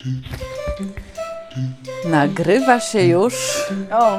Nagrywa się już. O,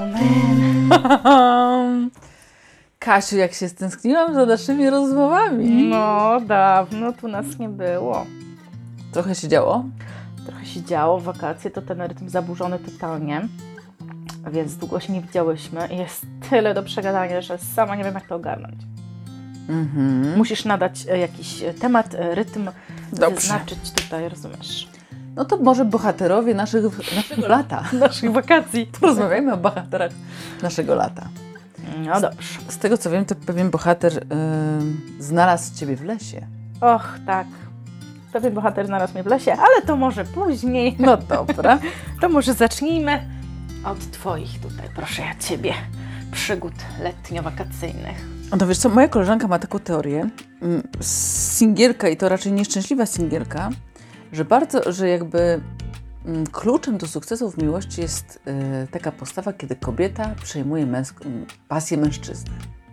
man. Kasiu, jak się stęskniłam za naszymi rozmowami. No, dawno tu nas nie było. Trochę się działo? Trochę się działo, w wakacje to ten rytm zaburzony totalnie, więc długo się nie widziałyśmy i jest tyle do przegadania, że sama nie wiem, jak to ogarnąć. Musisz nadać jakiś temat, rytm, Dobrze. wyznaczyć tutaj, rozumiesz? No to może bohaterowie naszego lata. Naszych wakacji. Porozmawiajmy o bohaterach naszego lata. No dobrze. Z tego co wiem, to pewien bohater znalazł ciebie w lesie. Och, tak. Pewien bohater znalazł mnie w lesie, ale to może później. No dobra. To może zacznijmy od twoich tutaj, proszę ja ciebie, przygód letnio-wakacyjnych. No wiesz co, moja koleżanka ma taką teorię, singielka i to raczej nieszczęśliwa singielka, że jakby kluczem do sukcesu w miłości jest taka postawa, kiedy kobieta przejmuje pasję mężczyzny.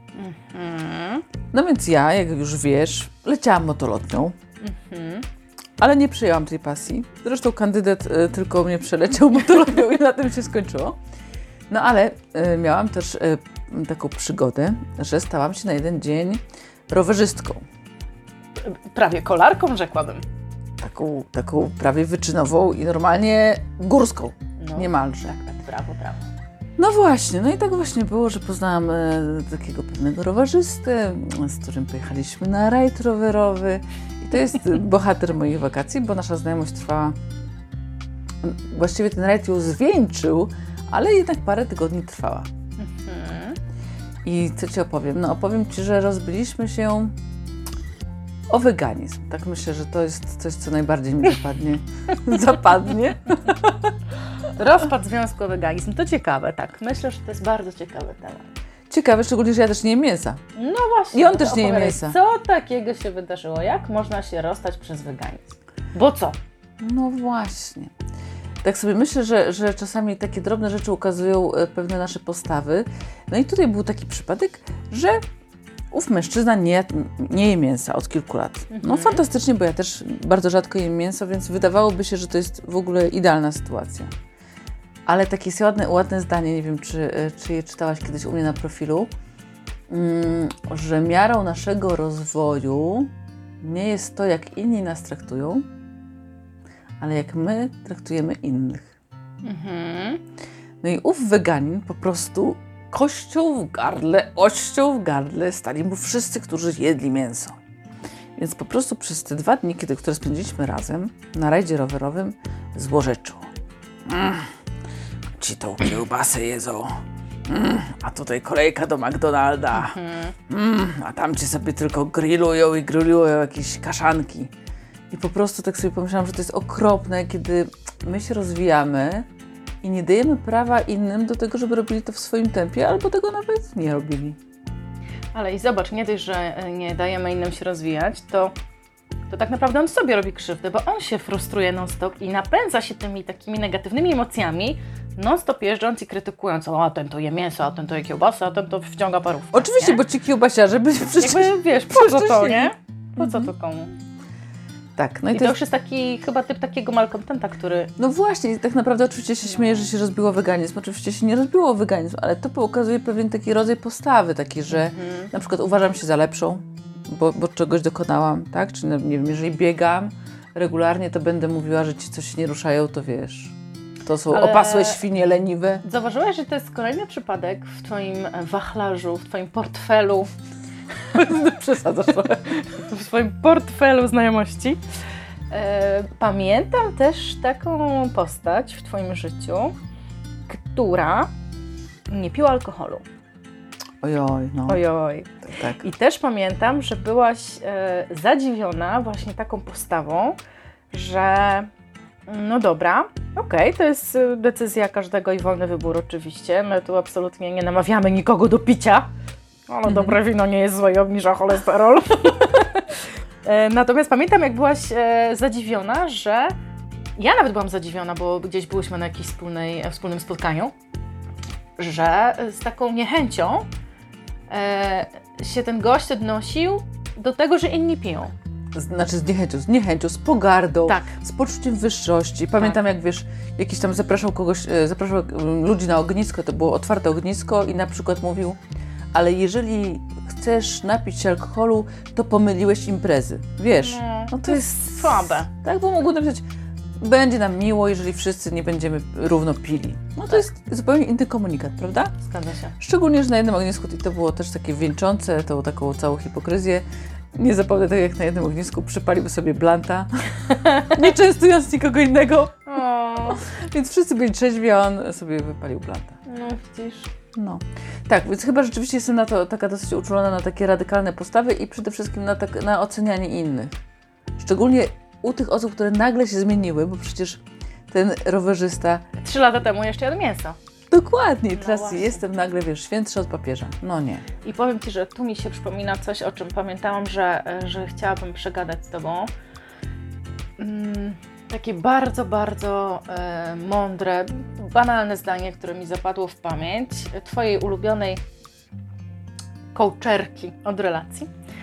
No więc ja, jak już wiesz, leciałam motolotnią, ale nie przejęłam tej pasji. Zresztą kandydat tylko mnie przeleciał motolotnią i na tym się skończyło. No ale miałam też taką przygodę, że stałam się na jeden dzień rowerzystką. Prawie kolarką, rzekłabym. Taką prawie wyczynową i normalnie górską, No, niemalże. Tak, brawo. No właśnie, no i tak właśnie było, że poznałam takiego pewnego rowerzystę, z którym pojechaliśmy na rajd rowerowy. I to jest bohater moich wakacji, bo nasza znajomość trwała, właściwie ten rajd ją zwieńczył, ale jednak parę tygodni trwała. I co Ci opowiem? No opowiem Ci, że rozbiliśmy się o weganizm. Tak myślę, że to jest coś, co najbardziej mi zapadnie. Rozpad związku o weganizm, to ciekawe, tak. Myślę, że to jest bardzo ciekawy temat. Ciekawe, szczególnie, że ja też nie jem mięsa. No właśnie. I on to też nie je opowiadaj, mięsa. Co takiego się wydarzyło? Jak można się rozstać przez weganizm? Bo co? No właśnie. Tak sobie myślę, że czasami takie drobne rzeczy ukazują pewne nasze postawy. No i tutaj był taki przypadek, że ów mężczyzna nie je mięsa od kilku lat. No fantastycznie, bo ja też bardzo rzadko jem mięso, więc wydawałoby się, że to jest w ogóle idealna sytuacja. Ale takie jest ładne zdanie, nie wiem, czy je czytałaś kiedyś u mnie na profilu, że miarą naszego rozwoju nie jest to, jak inni nas traktują, ale jak my traktujemy innych. No i ów weganin po prostu kością w gardle, ością w gardle stali mu wszyscy, którzy jedli mięso. Więc po prostu przez te 2 dni, które spędziliśmy razem na rajdzie rowerowym, złorzeczył. Ci tą kiełbasę jedzą, a tutaj kolejka do McDonalda, a tamci sobie tylko grillują jakieś kaszanki. I po prostu tak sobie pomyślałam, że to jest okropne, kiedy my się rozwijamy i nie dajemy prawa innym do tego, żeby robili to w swoim tempie, albo tego nawet nie robili. Ale i zobacz, nie dość, że nie dajemy innym się rozwijać, to tak naprawdę on sobie robi krzywdę, bo on się frustruje non-stop i napędza się tymi takimi negatywnymi emocjami, non-stop jeżdżąc i krytykując, a ten to je mięso, a ten to je kiełbasę, a ten to wciąga parówkę. Oczywiście, nie? bo ci kiełbasiarze byli przecież... Jakby, wiesz, po co to, nie? Po co to komu? Tak, no I to już jest taki, chyba typ takiego malkontenta, który... No właśnie, tak naprawdę oczywiście się śmieję, że się rozbiło weganizm. Oczywiście się nie rozbiło weganizm, ale to pokazuje pewien taki rodzaj postawy, taki, że na przykład uważam się za lepszą, bo czegoś dokonałam, tak? Czy nie wiem, jeżeli biegam regularnie, to będę mówiła, że ci, co się nie ruszają, to wiesz, to są opasłe świnie leniwe. Zauważyłaś, że to jest kolejny przypadek w twoim wachlarzu, w twoim portfelu, Przesadzasz trochę. w swoim portfelu znajomości. Pamiętam też taką postać w twoim życiu, która nie piła alkoholu. Ojoj, no. Ojoj. Tak. I też pamiętam, że byłaś zadziwiona właśnie taką postawą, że no dobra, okej, to jest decyzja każdego i wolny wybór oczywiście. My tu absolutnie nie namawiamy nikogo do picia, ale dobre wino nie jest złe i obniża cholesterol. Natomiast pamiętam, jak byłaś zadziwiona, że... Ja nawet byłam zadziwiona, bo gdzieś byłyśmy na jakimś wspólnym spotkaniu, że z taką niechęcią się ten gość odnosił do tego, że inni piją. z niechęcią, z pogardą, Tak. z poczuciem wyższości. Pamiętam, jak wiesz, jakiś tam zapraszał ludzi na ognisko, to było otwarte ognisko i na przykład mówił, ale jeżeli chcesz napić się alkoholu, to pomyliłeś imprezy. Wiesz, no to jest słabe. Tak, bo mógł napisać, będzie nam miło, jeżeli wszyscy nie będziemy równo pili. No to jest zupełnie inny komunikat, prawda? Zgadza się. Szczególnie, że na jednym ognisku i to było też takie wieńczące tą taką całą hipokryzję. Nie zapomnę, tak jak na jednym ognisku przypalił sobie blanta, nie częstując nikogo innego. Więc wszyscy byli trzeźwi, a on sobie wypalił blanta. No widzisz. No. Tak, więc chyba rzeczywiście jestem na to taka dosyć uczulona na takie radykalne postawy i przede wszystkim na ocenianie innych. Szczególnie u tych osób, które nagle się zmieniły, bo przecież ten rowerzysta... 3 lata temu jeszcze jadł mięso. Dokładnie, teraz właśnie. jestem nagle, wiesz, świętszy od papieża. No nie. I powiem Ci, że tu mi się przypomina coś, o czym pamiętałam, że chciałabym przegadać z Tobą. Takie bardzo, bardzo mądre, banalne zdanie, które mi zapadło w pamięć. Twojej ulubionej coacherki od relacji.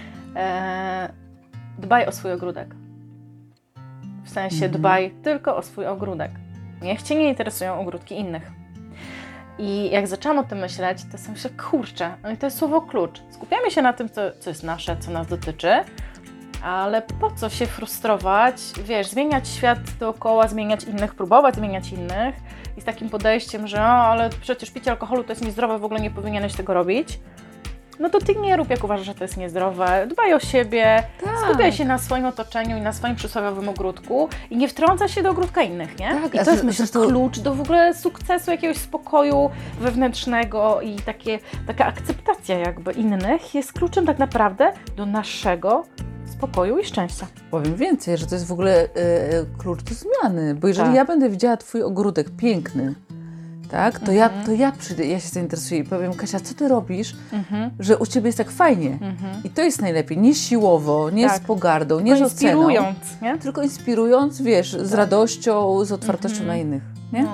Dbaj o swój ogródek. W sensie dbaj tylko o swój ogródek. Niech Cię nie interesują ogródki innych. I jak zaczęłam o tym myśleć, to sobie myślę, kurczę, no i to jest słowo klucz. Skupiamy się na tym, co jest nasze, co nas dotyczy, ale po co się frustrować, wiesz, zmieniać świat dookoła, zmieniać innych, próbować zmieniać innych i z takim podejściem, że ale przecież picie alkoholu to jest niezdrowe, w ogóle nie powinieneś tego robić. No to Ty nie rób, jak uważasz, że to jest niezdrowe. Dbaj o siebie, skupiaj się na swoim otoczeniu i na swoim przysłowiowym ogródku i nie wtrąca się do ogródka innych, nie? Tak, I to jest, myślę, klucz do w ogóle sukcesu, jakiegoś spokoju wewnętrznego i taka akceptacja jakby innych jest kluczem tak naprawdę do naszego spokoju i szczęścia. Powiem więcej, że to jest w ogóle klucz do zmiany, bo jeżeli ja będę widziała Twój ogródek piękny, tak, to ja przyjdę, ja się zainteresuję i powiem, Kasia, co Ty robisz, że u Ciebie jest tak fajnie. I to jest najlepiej, nie siłowo, nie z pogardą, nie z oceną. Inspirując, nie? Tylko inspirując, wiesz, z radością, z otwartością na innych, nie?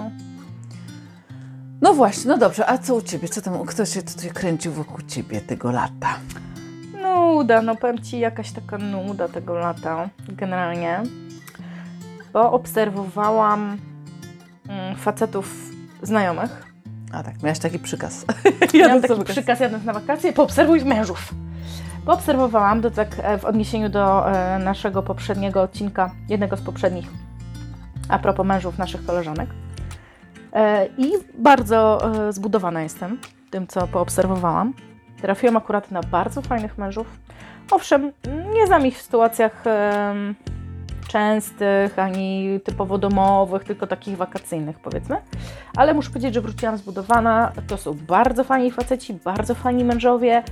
No właśnie, no dobrze, a co u Ciebie? Co tam, kto się tutaj kręcił wokół Ciebie tego lata? Nuda, no powiem Ci, jakaś taka nuda tego lata generalnie, bo obserwowałam facetów znajomych. A tak, miałaś taki przykaz. Miałam taki przykaz jadąc na wakacje, poobserwuj mężów. Poobserwowałam, to tak w odniesieniu do naszego poprzedniego odcinka, jednego z poprzednich, a propos mężów naszych koleżanek. I bardzo zbudowana jestem tym, co poobserwowałam. Trafiłam akurat na bardzo fajnych mężów. Owszem, nie znam ich w sytuacjach częstych, ani typowo domowych, tylko takich wakacyjnych, powiedzmy. Ale muszę powiedzieć, że wróciłam zbudowana. To są bardzo fajni faceci, bardzo fajni mężowie.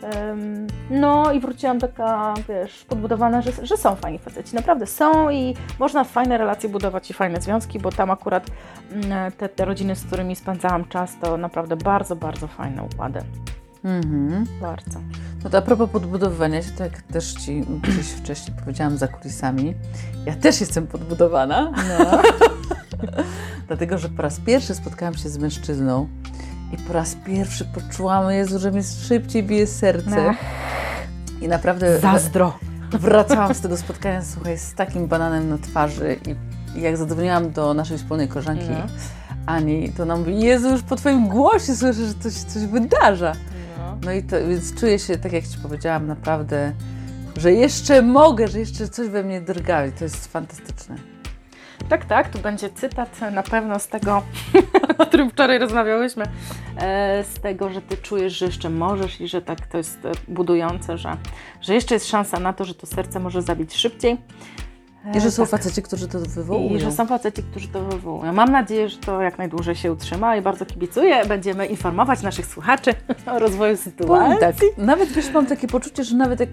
No i wróciłam taka, wiesz, podbudowana, że są fajni faceci. Naprawdę są i można fajne relacje budować i fajne związki, bo tam akurat te rodziny, z którymi spędzałam czas, to naprawdę bardzo, bardzo fajne układy. Bardzo. No to a propos podbudowywania się, tak jak też Ci gdzieś wcześniej powiedziałam za kulisami, ja też jestem podbudowana. No. Dlatego, że po raz pierwszy spotkałam się z mężczyzną i po raz pierwszy poczułam, Jezu, że mi szybciej bije serce. I naprawdę zazdro. Wracałam z tego spotkania, słuchaj, z takim bananem na twarzy i jak zadzwoniłam do naszej wspólnej koleżanki Ani, to ona mówi, Jezu, już po Twoim głosie słyszę, że coś wydarza. No i to, więc czuję się, tak jak Ci powiedziałam, naprawdę, że jeszcze mogę, że jeszcze coś we mnie drga i to jest fantastyczne. Tak, tu będzie cytat na pewno z tego, o którym wczoraj rozmawiałyśmy, z tego, że Ty czujesz, że jeszcze możesz i że tak to jest budujące, że jeszcze jest szansa na to, że to serce może zabić szybciej. I że są faceci, którzy to wywołują. I że są faceci, którzy to wywołują. Mam nadzieję, że to jak najdłużej się utrzyma i bardzo kibicuję. Będziemy informować naszych słuchaczy o rozwoju sytuacji. Tak, nawet wiesz, mam takie poczucie, że nawet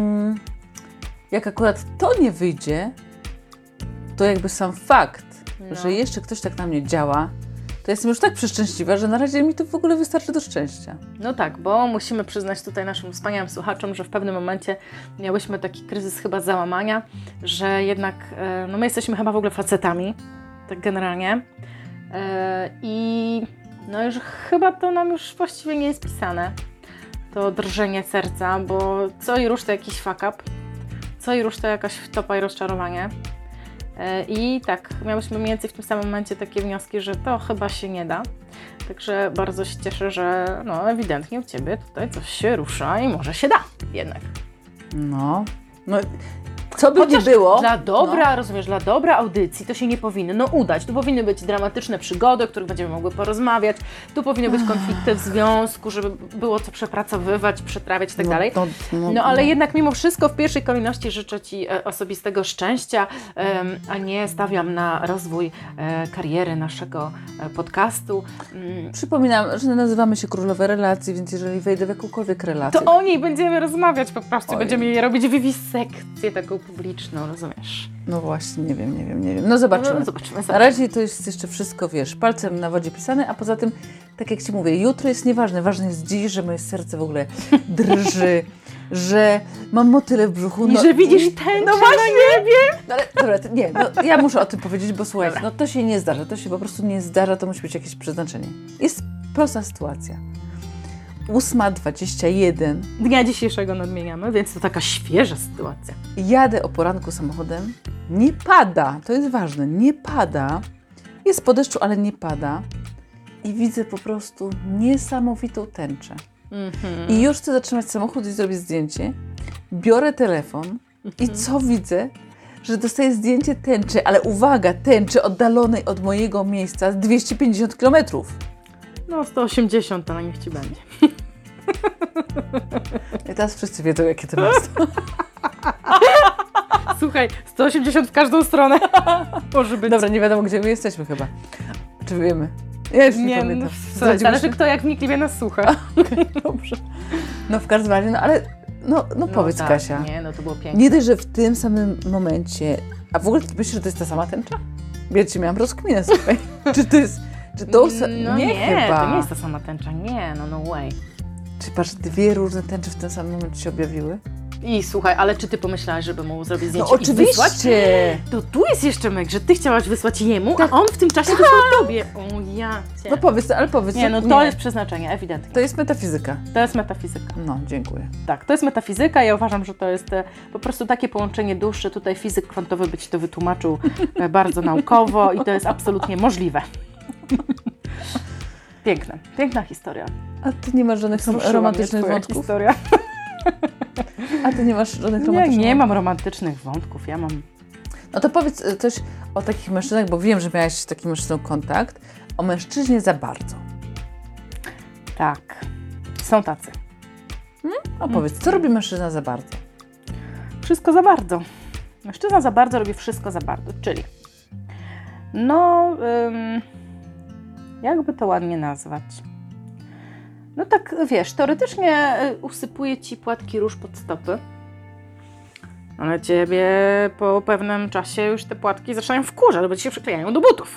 jak akurat to nie wyjdzie, to jakby sam fakt, że jeszcze ktoś tak na mnie działa, to jestem już tak przeszczęśliwa, że na razie mi to w ogóle wystarczy do szczęścia. No tak, bo musimy przyznać tutaj naszym wspaniałym słuchaczom, że w pewnym momencie miałyśmy taki kryzys chyba załamania, że jednak no my jesteśmy chyba w ogóle facetami, tak generalnie. I no już chyba to nam już właściwie nie jest pisane, to drżenie serca, bo co i rusz to jakiś fuck up. co i rusz to jakaś wtopa i rozczarowanie. I tak, miałyśmy mniej więcej w tym samym momencie takie wnioski, że to chyba się nie da. Także bardzo się cieszę, że no ewidentnie u Ciebie tutaj coś się rusza i może się da jednak. No co by Chociaż nie było. Dla dobra, rozumiesz, dla dobra audycji to się nie powinno udać. Tu powinny być dramatyczne przygody, o których będziemy mogły porozmawiać. Tu powinny być konflikty w związku, żeby było co przepracowywać, przetrawiać i tak dalej. No ale jednak mimo wszystko w pierwszej kolejności życzę Ci osobistego szczęścia, a nie stawiam na rozwój kariery naszego podcastu. Przypominam, że nazywamy się Królowe Relacji, więc jeżeli wejdę w jakąkolwiek relację... To o niej będziemy rozmawiać po prostu. Ojej. Będziemy jej robić wiwisekcję taką publiczną, rozumiesz? No właśnie, nie wiem. No zobaczymy. No, zobaczymy. Na razie to jest jeszcze wszystko, wiesz, palcem na wodzie pisane, a poza tym, tak jak Ci mówię, jutro jest nieważne. Ważne jest dziś, że moje serce w ogóle drży, że mam motyle w brzuchu. I że widzisz tęczę no właśnie. na niebie. No, ale dobra, nie, no, ja muszę o tym powiedzieć, bo słuchaj, Dobra. no to się nie zdarza, to się po prostu nie zdarza, to musi być jakieś przeznaczenie. Jest prosta sytuacja. 8:21. Dnia dzisiejszego nadmieniamy, więc to taka świeża sytuacja. Jadę o poranku samochodem, nie pada, to jest ważne, nie pada, jest po deszczu, ale nie pada i widzę po prostu niesamowitą tęczę. I już chcę zatrzymać samochód i zrobić zdjęcie, biorę telefon i co widzę? Że dostaję zdjęcie tęczy, ale uwaga, tęczy oddalonej od mojego miejsca 250 km. No 180 to na niech Ci będzie. I teraz wszyscy wiedzą, jakie to miasto. Słuchaj, 180 w każdą stronę. Może być. Dobra, nie wiadomo, gdzie my jesteśmy chyba. Czy wiemy? Ja już nie pamiętam. Zależy kto jak wnikliwie nas słucha. Dobrze. No w każdym razie, no ale no powiedz tak, Kasia. Nie, no to było piękne. Nie dość, że w tym samym momencie, a w ogóle ty myślisz, że to jest ta sama tęcza? Ja ci miałam rozkminę, słuchaj. Czy to No nie, chyba. to nie jest ta sama tęcza. Nie, no way. Czy patrz, dwie różne tęcze w tym samym momencie się objawiły? I słuchaj, ale czy Ty pomyślałaś, żeby mu zrobić No zdjęcie i wysłać? oczywiście! To tu jest jeszcze myk, że Ty chciałaś wysłać jemu, Tak. a on w tym czasie wysłał Tobie. O ja Cię. No powiedz, ale powiedz. Nie, no to jest przeznaczenie, ewidentnie. To jest metafizyka. To jest metafizyka. No, dziękuję. Tak, to jest metafizyka. Ja uważam, że to jest po prostu takie połączenie dusz, że tutaj fizyk kwantowy by Ci to wytłumaczył bardzo naukowo i to jest absolutnie możliwe. Piękne, piękna historia. A ty nie masz żadnych Wzruszyła romantycznych mnie twoja wątków? historia. A ty nie masz żadnych romantycznych Nie mam romantycznych wątków, ja mam... No to powiedz coś o takich mężczyznach, bo wiem, że miałaś z takim mężczyzną kontakt. O mężczyźnie za bardzo. Tak, są tacy. Opowiedz, co robi mężczyzna za bardzo? Wszystko za bardzo. Mężczyzna za bardzo robi wszystko za bardzo, czyli jakby to ładnie nazwać. No tak, wiesz, teoretycznie usypuje Ci płatki róż pod stopy, ale Ciebie po pewnym czasie już te płatki zaczynają wkurzać, bo Ci się przyklejają do butów.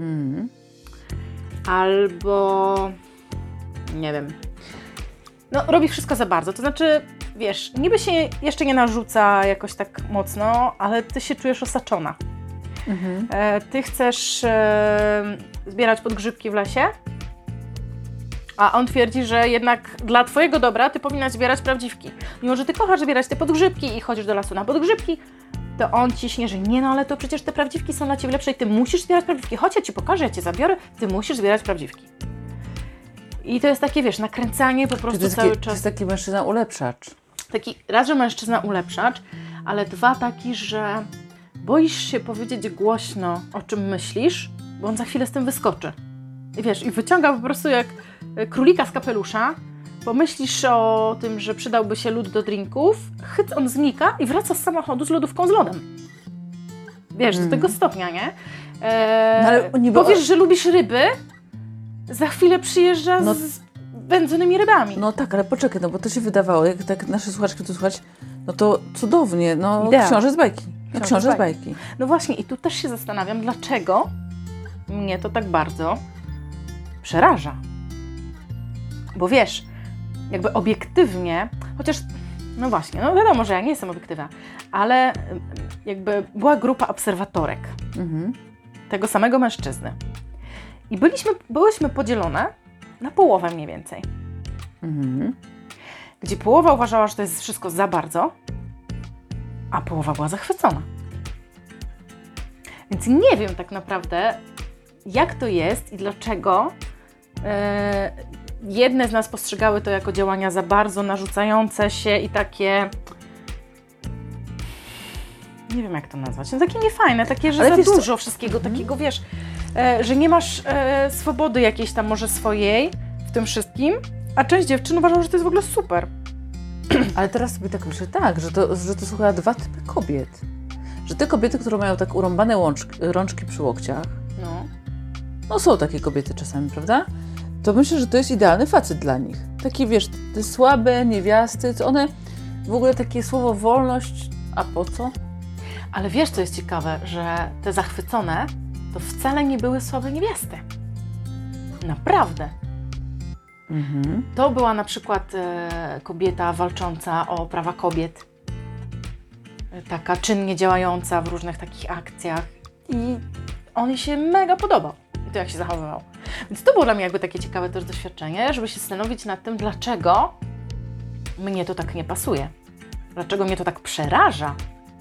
Albo, nie wiem, no robi wszystko za bardzo, to znaczy, wiesz, niby się jeszcze nie narzuca jakoś tak mocno, ale Ty się czujesz osaczona. Ty chcesz zbierać podgrzybki w lesie, a on twierdzi, że jednak dla Twojego dobra Ty powinnaś zbierać prawdziwki. Mimo, że Ty kochasz zbierać te podgrzybki i chodzisz do lasu na podgrzybki, to on ciśnie, że nie, no ale to przecież te prawdziwki są dla Ciebie lepsze i Ty musisz zbierać prawdziwki. Chodź, ja Ci pokażę, ja Cię zabiorę, Ty musisz zbierać prawdziwki. I to jest takie, wiesz, nakręcanie po prostu cały To czas. jest taki mężczyzna ulepszacz. Taki raz, że mężczyzna ulepszacz, ale dwa taki, że boisz się powiedzieć głośno, o czym myślisz, bo on za chwilę z tym wyskoczy. I wiesz, i wyciąga po prostu jak królika z kapelusza, pomyślisz o tym, że przydałby się lód do drinków, chyc on znika i wraca z samochodu z lodówką z lodem. Wiesz, do tego stopnia, nie? No ale niby powiesz, że lubisz ryby, za chwilę przyjeżdża No. z wędzonymi rybami. No tak, ale poczekaj, no bo to się wydawało, jak tak nasze słuchaczki tu słuchać, no to cudownie, no Idea. książę z bajki. No, Książę książę z z bajki. No właśnie, i tu też się zastanawiam, dlaczego mnie to tak bardzo przeraża. Bo wiesz, jakby obiektywnie, chociaż, no właśnie, no wiadomo, że ja nie jestem obiektywna, ale jakby była grupa obserwatorek tego samego mężczyzny. I byłyśmy podzielone na połowę mniej więcej. Gdzie połowa uważała, że to jest wszystko za bardzo, a połowa była zachwycona. Więc nie wiem tak naprawdę, jak to jest i dlaczego jedne z nas postrzegały to jako działania za bardzo narzucające się i takie, nie wiem jak to nazwać, no takie niefajne, takie, że Ale za wiesz co? dużo wszystkiego takiego, wiesz, że nie masz swobody jakiejś tam może swojej w tym wszystkim, a część dziewczyn uważa, że to jest w ogóle super. Ale teraz sobie tak myślę, tak, że to są chyba dwa typy kobiet. Że te kobiety, które mają tak urąbane rączki przy łokciach, no są takie kobiety czasami, prawda? To myślę, że to jest idealny facet dla nich. Takie, wiesz, te słabe niewiasty, co one, w ogóle takie słowo wolność, a po co? Ale wiesz, co jest ciekawe, że te zachwycone to wcale nie były słabe niewiasty. Naprawdę. Mhm. To była na przykład kobieta walcząca o prawa kobiet. Taka czynnie działająca w różnych takich akcjach. I on jej się mega podobał. I to jak się zachowywał. Więc to było dla mnie jakby takie ciekawe też doświadczenie, żeby się zastanowić nad tym, dlaczego mnie to tak nie pasuje. Dlaczego mnie to tak przeraża.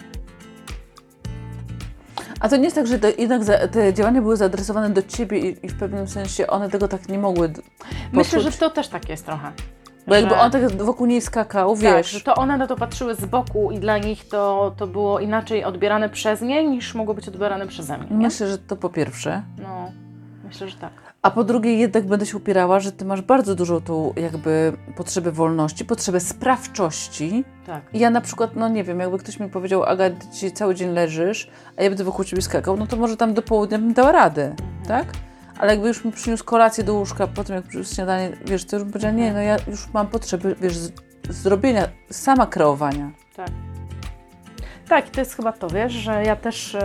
A to nie jest tak, że jednak te działania były zaadresowane do ciebie i w pewnym sensie one tego tak nie mogły poczuć? Myślę, że to też tak jest trochę. Bo jakby on tak wokół niej skakał, Tak, wiesz. że to one na to patrzyły z boku i dla nich to było inaczej odbierane przez nie, niż mogło być odbierane przeze mnie. Nie? Myślę, że to po pierwsze. No, myślę, że tak. A po drugie jednak będę się upierała, że ty masz bardzo dużą tą jakby potrzebę wolności, potrzebę sprawczości. Tak. I ja na przykład, no nie wiem, jakby ktoś mi powiedział, Aga, ty dzisiaj cały dzień leżysz, a ja będę wokół ciebie skakał, no to może tam do południa bym dała radę, tak? Ale jakby już mi przyniósł kolację do łóżka, potem jak przyniósł śniadanie, wiesz, to już bym powiedziała, nie, no ja już mam potrzeby, wiesz, zrobienia, sama kreowania. Tak. Tak, i to jest chyba to, wiesz, że ja też,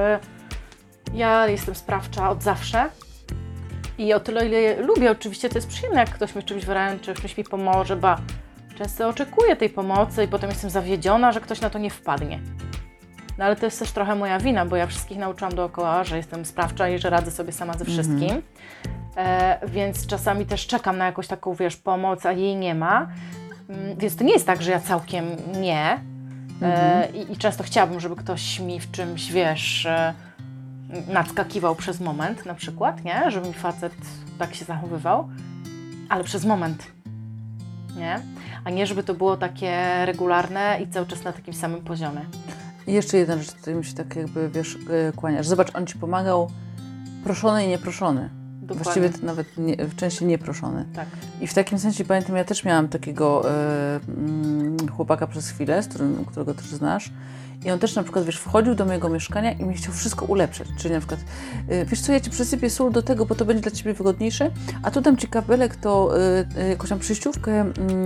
ja jestem sprawcza od zawsze i o tyle, ile lubię, oczywiście to jest przyjemne, jak ktoś mi czymś wręczy, czymś mi pomoże, ba, często oczekuję tej pomocy i potem jestem zawiedziona, że ktoś na to nie wpadnie. No ale to jest też trochę moja wina, bo ja wszystkich nauczyłam dookoła, że jestem sprawcza i że radzę sobie sama ze wszystkim. Więc czasami też czekam na jakąś taką, wiesz, pomoc, a jej nie ma. Więc to nie jest tak, że ja całkiem nie. I często chciałabym, żeby ktoś mi w czymś, wiesz, nadskakiwał przez moment na przykład, nie? Żeby mi facet tak się zachowywał, ale przez moment, nie? A nie, żeby to było takie regularne i cały czas na takim samym poziomie. I jeszcze jedna rzecz, tutaj mi się tak jakby, wiesz, kłaniasz. Zobacz, on ci pomagał proszony i nieproszony. Dokładnie. Właściwie to nawet częściej nieproszony. Tak. I w takim sensie, pamiętam, ja też miałam takiego chłopaka przez chwilę, którego też znasz. I on też na przykład, wiesz, wchodził do mojego mieszkania i mi chciał wszystko ulepszać. Czyli na przykład, wiesz co, ja ci przysypię sól do tego, bo to będzie dla ciebie wygodniejsze, a tu dam ci kabelek, to jakąś tam przejściówkę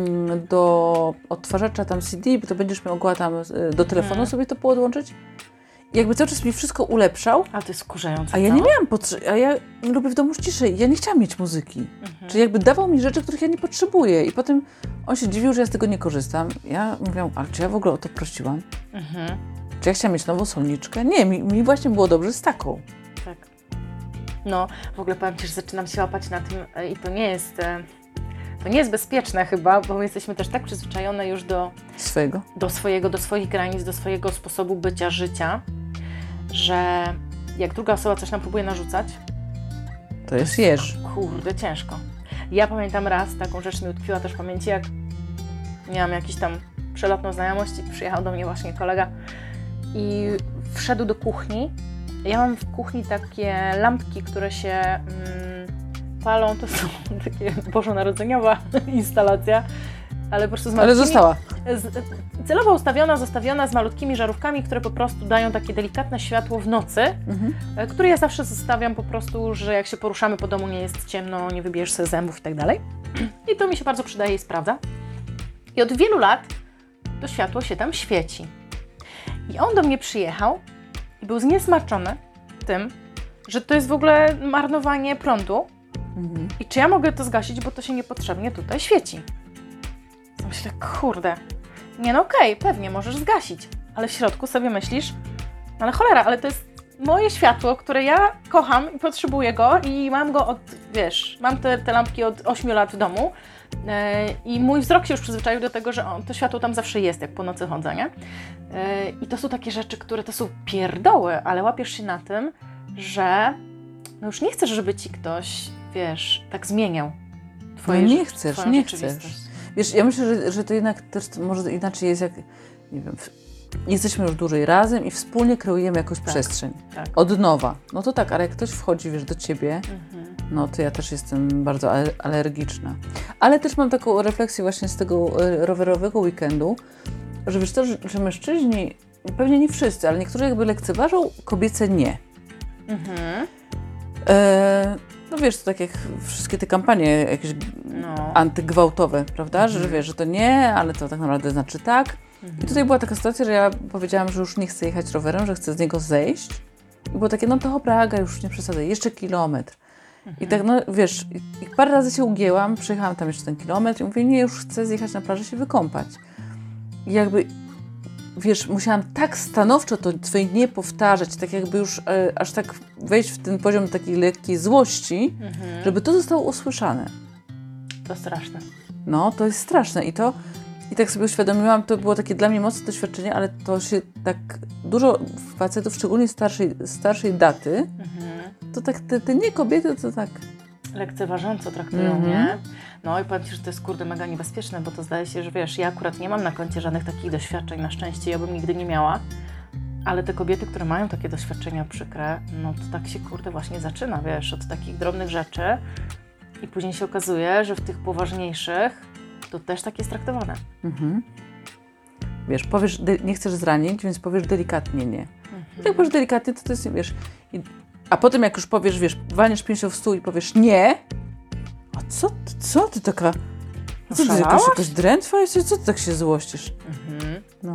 do odtwarzacza tam CD, bo to będziesz mogła tam do telefonu sobie to podłączyć. I jakby cały czas mi wszystko ulepszał. A to jest wkurzające. A ja nie miałam potrzeby, a ja lubię w domu ciszej. Ja nie chciałam mieć muzyki. Czyli jakby dawał mi rzeczy, których ja nie potrzebuję. I potem on się dziwił, że ja z tego nie korzystam. Ja mówiłam, ale czy ja w ogóle o to prosiłam? Czy ja chciałam mieć nową solniczkę? Nie, mi właśnie było dobrze z taką. Tak. No, w ogóle powiem Ci, że zaczynam się łapać na tym i to nie jest bezpieczne chyba, bo my jesteśmy też tak przyzwyczajone już do swoich granic, do swojego sposobu bycia, życia, że jak druga osoba coś nam próbuje narzucać, to jest jeż. Kurde, ciężko. Ja pamiętam raz, taką rzecz mi utkwiła też w pamięci, jak miałam jakiś tam przelotną znajomość i przyjechał do mnie właśnie kolega i wszedł do kuchni. Ja mam w kuchni takie lampki, które się palą, to są takie bożonarodzeniowa instalacja, ale po prostu z malutkimi... Ale została. Celowo zostawiona z malutkimi żarówkami, które po prostu dają takie delikatne światło w nocy, które ja zawsze zostawiam po prostu, że jak się poruszamy po domu, nie jest ciemno, nie wybijesz sobie zębów i tak dalej. I to mi się bardzo przydaje i sprawdza. I od wielu lat to światło się tam świeci. I on do mnie przyjechał i był zniesmaczony tym, że to jest w ogóle marnowanie prądu i czy ja mogę to zgasić, bo to się niepotrzebnie tutaj świeci. Myślę, kurde, nie no okej, pewnie możesz zgasić, ale w środku sobie myślisz, ale cholera, ale to jest moje światło, które ja kocham i potrzebuję go i mam go mam te lampki od 8 lat w domu i mój wzrok się już przyzwyczaił do tego, że to światło tam zawsze jest, jak po nocy chodzę, nie? I to są takie rzeczy, które to są pierdoły, ale łapiesz się na tym, że no już nie chcesz, żeby ci ktoś, tak zmieniał twoje nie chcesz. rzeczywistość. Wiesz, ja myślę, że to jednak też może inaczej jest, jak, nie wiem, jesteśmy już dłużej razem i wspólnie kreujemy jakąś przestrzeń. Tak. Od nowa. No to tak, ale jak ktoś wchodzi, do ciebie, no to ja też jestem bardzo alergiczna. Ale też mam taką refleksję właśnie z tego rowerowego weekendu, że wiesz to, że mężczyźni, pewnie nie wszyscy, ale niektórzy jakby lekceważą kobiece nie. No wiesz, to tak jak wszystkie te kampanie jakieś antygwałtowe, prawda? Że wiesz, że to nie, ale to tak naprawdę znaczy tak. I tutaj była taka sytuacja, że ja powiedziałam, że już nie chcę jechać rowerem, że chcę z niego zejść. I było takie, no to Praga, już nie przesadzaj, jeszcze kilometr. I tak, no wiesz, i parę razy się ugięłam, przejechałam tam jeszcze ten kilometr i mówię, nie, już chcę zjechać na plażę, się wykąpać. I jakby, wiesz, musiałam tak stanowczo to twoje nie powtarzać, tak jakby już aż tak wejść w ten poziom takiej lekkiej złości, żeby to zostało usłyszane. To straszne. No, to jest straszne i tak sobie uświadomiłam, to było takie dla mnie mocne doświadczenie, ale to się tak dużo facetów, szczególnie starszej daty, to tak te nie kobiety, to tak... Lekceważąco traktują, nie? No i powiem ci, że to jest kurde mega niebezpieczne, bo to zdaje się, że wiesz, ja akurat nie mam na koncie żadnych takich doświadczeń, na szczęście ja bym nigdy nie miała, ale te kobiety, które mają takie doświadczenia przykre, no to tak się kurde właśnie zaczyna, wiesz, od takich drobnych rzeczy i później się okazuje, że w tych poważniejszych to też tak jest traktowane. Wiesz, powiesz, nie chcesz zranić, więc powiesz delikatnie nie. Jak powiesz delikatnie, to jest, wiesz, a potem jak już powiesz, wiesz, walniesz pięścią w stół i powiesz nie, a co ty taka, co ty jakaś drętwa jesteś, co ty tak się złościsz? No.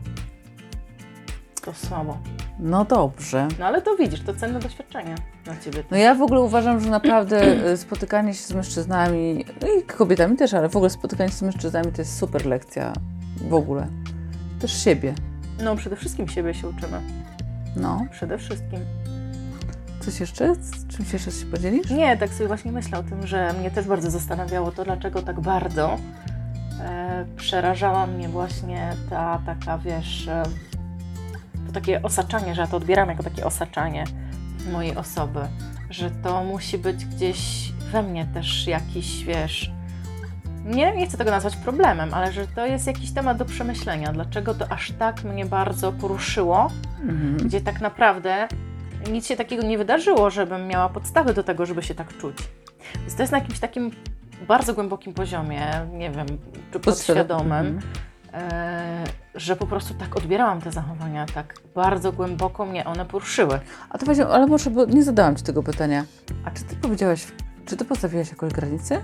To słabo. No dobrze. No ale to widzisz, to cenne doświadczenie dla ciebie. No ja w ogóle uważam, że naprawdę spotykanie się z mężczyznami, no i kobietami też, ale w ogóle spotykanie się z mężczyznami to jest super lekcja w ogóle. Też siebie. No przede wszystkim siebie się uczymy. No. Przede wszystkim. Coś jeszcze? Czymś jeszcze się podzielisz? Nie, tak sobie właśnie myślę o tym, że mnie też bardzo zastanawiało to, dlaczego tak bardzo przerażała mnie właśnie ta taka, wiesz, to takie osaczanie, że ja to odbieram jako takie osaczanie mojej osoby, że to musi być gdzieś we mnie też jakiś, wiesz, nie chcę tego nazwać problemem, ale że to jest jakiś temat do przemyślenia, dlaczego to aż tak mnie bardzo poruszyło, gdzie tak naprawdę nic się takiego nie wydarzyło, żebym miała podstawy do tego, żeby się tak czuć. Więc to jest na jakimś takim bardzo głębokim poziomie, nie wiem, czy podświadomym, że po prostu tak odbierałam te zachowania, tak bardzo głęboko mnie one poruszyły. A to właśnie, ale może, bo nie zadałam ci tego pytania. A czy ty powiedziałaś, czy ty postawiłaś jakąś granicę?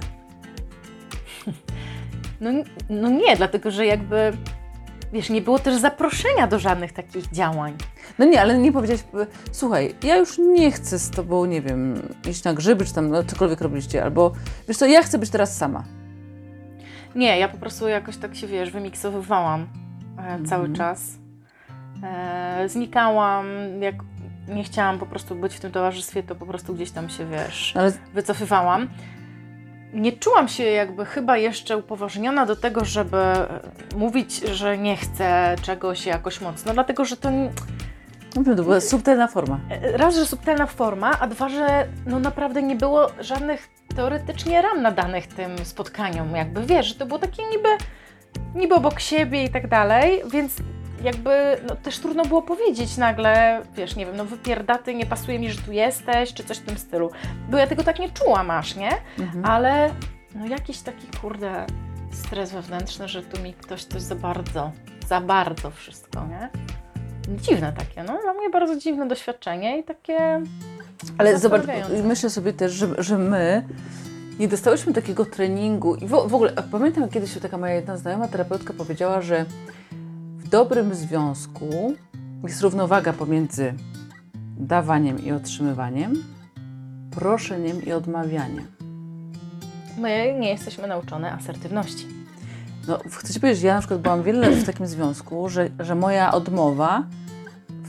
No nie, dlatego że jakby, wiesz, nie było też zaproszenia do żadnych takich działań. No nie, ale nie powiedziałaś, słuchaj, ja już nie chcę z tobą, nie wiem, iść na grzyby, czy tam no, cokolwiek robiliście, albo wiesz co, ja chcę być teraz sama. Nie, ja po prostu jakoś tak się, wiesz, wymiksowywałam cały czas. Znikałam, jak nie chciałam po prostu być w tym towarzystwie, to po prostu gdzieś tam się, wiesz, wycofywałam. Nie czułam się jakby chyba jeszcze upoważniona do tego, żeby mówić, że nie chcę czegoś jakoś mocno, dlatego że to... No, to była subtelna forma. Raz, że subtelna forma, a dwa, że no naprawdę nie było żadnych teoretycznie ram nadanych tym spotkaniom, jakby wiesz, że to było takie niby obok siebie i tak dalej, więc jakby no, też trudno było powiedzieć nagle, wiesz, nie wiem, no wypierdaty, nie pasuje mi, że tu jesteś, czy coś w tym stylu. Bo ja tego tak nie czułam aż, nie? Ale no jakiś taki, kurde, stres wewnętrzny, że tu mi ktoś coś za bardzo wszystko, nie? Dziwne takie, no dla mnie bardzo dziwne doświadczenie i takie... Ale zobacz, myślę sobie też, że my nie dostałyśmy takiego treningu i w ogóle, pamiętam kiedyś taka moja jedna znajoma terapeutka powiedziała, że w dobrym związku jest równowaga pomiędzy dawaniem i otrzymywaniem, proszeniem i odmawianiem. My nie jesteśmy nauczone asertywności. No, chcę ci powiedzieć, ja na przykład byłam wiele lat w takim związku, że moja odmowa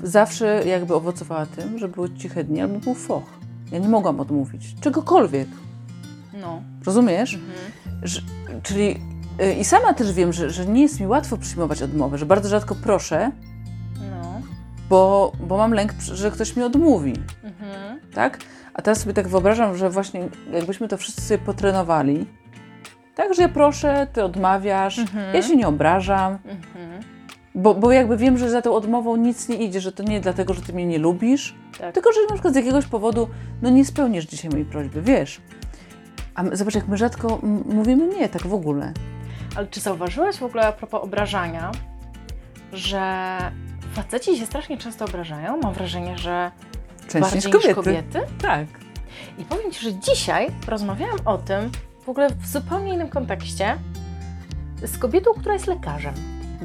zawsze jakby owocowała tym, że były ciche dni albo był foch. Ja nie mogłam odmówić czegokolwiek. No. Rozumiesz? Mhm. Czyli i sama też wiem, że nie jest mi łatwo przyjmować odmowę, że bardzo rzadko proszę, No. bo mam lęk, że ktoś mi odmówi. Mhm. Tak? A teraz sobie tak wyobrażam, że właśnie jakbyśmy to wszyscy sobie potrenowali, tak, że ja proszę, ty odmawiasz, ja się nie obrażam, bo jakby wiem, że za tą odmową nic nie idzie, że to nie dlatego, że ty mnie nie lubisz, Tak. tylko że na przykład z jakiegoś powodu nie spełnisz dzisiaj mojej prośby, wiesz. A zobacz, jak my rzadko mówimy nie, tak w ogóle. Ale czy zauważyłaś w ogóle a propos obrażania, że faceci się strasznie często obrażają? Mam wrażenie, że Częściej bardziej niż kobiety. Tak. I powiem Ci, że dzisiaj rozmawiałam o tym w ogóle w zupełnie innym kontekście z kobietą, która jest lekarzem.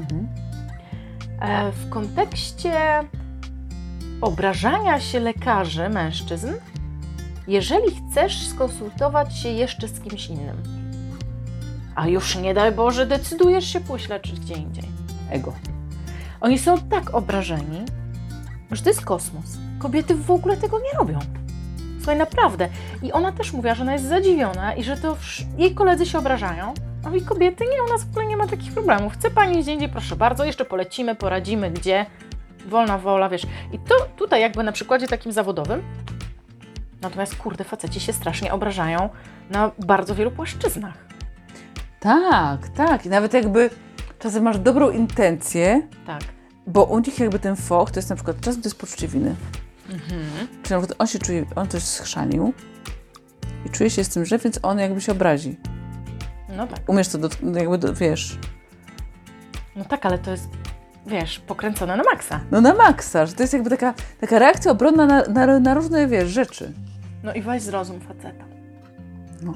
W kontekście obrażania się lekarzy, mężczyzn, jeżeli chcesz skonsultować się jeszcze z kimś innym. A już nie daj Boże, decydujesz się pójść leczyć gdzie indziej. Ego. Oni są tak obrażeni, że to jest kosmos. Kobiety w ogóle tego nie robią. Słuchaj, naprawdę. I ona też mówiła, że ona jest zadziwiona i że to jej koledzy się obrażają. A i kobiety nie, u nas w ogóle nie ma takich problemów. Chce pani gdzie indziej, proszę bardzo, jeszcze polecimy, poradzimy, gdzie. Wolna wola, wiesz. I to tutaj jakby na przykładzie takim zawodowym. Natomiast kurde, faceci się strasznie obrażają na bardzo wielu płaszczyznach. Tak, tak. I nawet jakby czasem masz dobrą intencję, Tak. bo u nich jakby ten foch, to jest na przykład, czasem to jest poczucie winy. Czyli na przykład on się czuje, on coś schrzanił i czuje się z tym, że więc on jakby się obrazi. No tak. Umiesz to, wiesz, No tak, ale to jest, wiesz, pokręcone na maksa. na maksa, że to jest jakby taka reakcja obronna na różne, wiesz, rzeczy. No i weź zrozum faceta. No.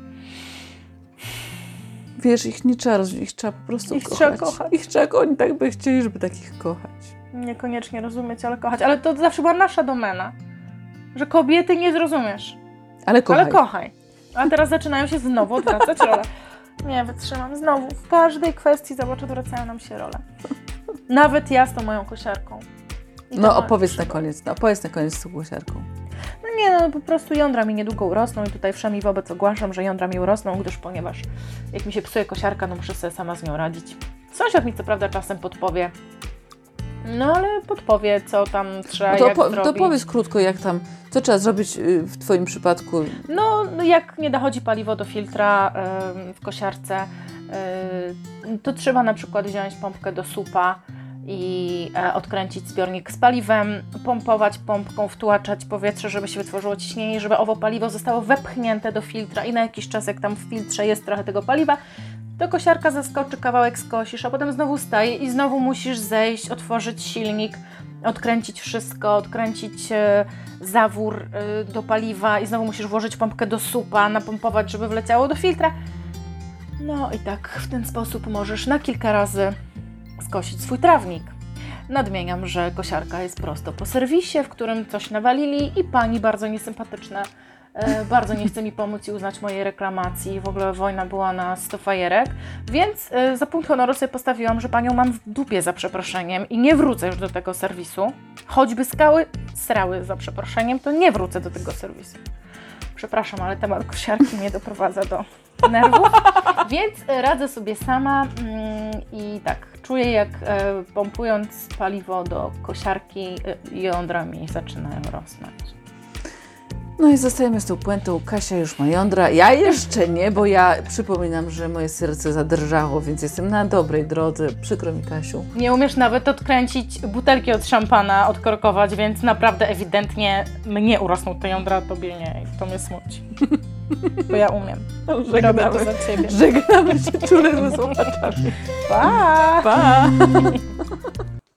Wiesz, ich nie trzeba ich trzeba po prostu Ich kochać. trzeba kochać. Ich trzeba, oni tak by chcieli, żeby takich kochać. Niekoniecznie rozumieć, ale kochać. Ale to zawsze była nasza domena, że kobiety nie zrozumiesz, Ale kochaj. ale kochaj. A teraz zaczynają się znowu odwracać role. Nie wytrzymam znowu. W każdej kwestii, zobacz, odwracają nam się role. Nawet ja z tą moją kosiarką. I to No ma- opowiedz na koniec z tą głosiarką. No nie, no po prostu jądra mi niedługo urosną i tutaj wszemi wobec ogłaszam, że jądra mi urosną, ponieważ jak mi się psuje kosiarka, no muszę sobie sama z nią radzić. Sąsiad mi co prawda czasem podpowie, no ale podpowie, co tam trzeba, jak zrobić. To powiedz krótko, jak tam, co trzeba zrobić w twoim przypadku. No jak nie dochodzi paliwo do filtra w kosiarce, to trzeba na przykład wziąć pompkę do supa i odkręcić zbiornik z paliwem, pompować pompką, wtłaczać powietrze, żeby się wytworzyło ciśnienie, żeby owo paliwo zostało wepchnięte do filtra i na jakiś czas, jak tam w filtrze jest trochę tego paliwa, to kosiarka zaskoczy, kawałek skosisz, a potem znowu staje i znowu musisz zejść, otworzyć silnik, odkręcić wszystko, odkręcić zawór do paliwa i znowu musisz włożyć pompkę do supa, napompować, żeby wleciało do filtra. No i tak w ten sposób możesz na kilka razy skosić swój trawnik. Nadmieniam, że kosiarka jest prosto po serwisie, w którym coś nawalili i pani bardzo niesympatyczna bardzo nie chce mi pomóc i uznać mojej reklamacji. W ogóle wojna była na 100 fajerek, więc za punkt honoru sobie postawiłam, że panią mam w dupie za przeproszeniem i nie wrócę już do tego serwisu. Choćby skały srały za przeproszeniem, to nie wrócę do tego serwisu. Przepraszam, ale temat kosiarki mnie doprowadza do nerwów, więc radzę sobie sama i tak, czuję jak pompując paliwo do kosiarki jądra mi zaczynają rosnąć. No i zostajemy z tą puentą. Kasia już ma jądra, ja jeszcze nie, bo ja przypominam, że moje serce zadrżało, więc jestem na dobrej drodze. Przykro mi, Kasiu. Nie umiesz nawet odkręcić butelki od szampana, odkorkować, więc naprawdę ewidentnie mnie urosną te jądra, a tobie nie. I to mnie smuci. Bo ja umiem. Robię to za ciebie. Żegnamy się czulnymi słuchaczami. Pa! Pa!